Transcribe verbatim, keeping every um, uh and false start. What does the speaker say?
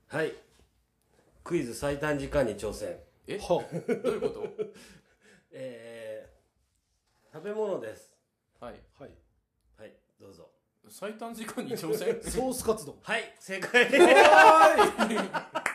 はい。クイズ最短時間に挑戦。 えはどういうことえー、食べ物です。 はいはいはい、どうぞ。 最短時間に挑戦ソースカツ丼。 はい、正解。 はーい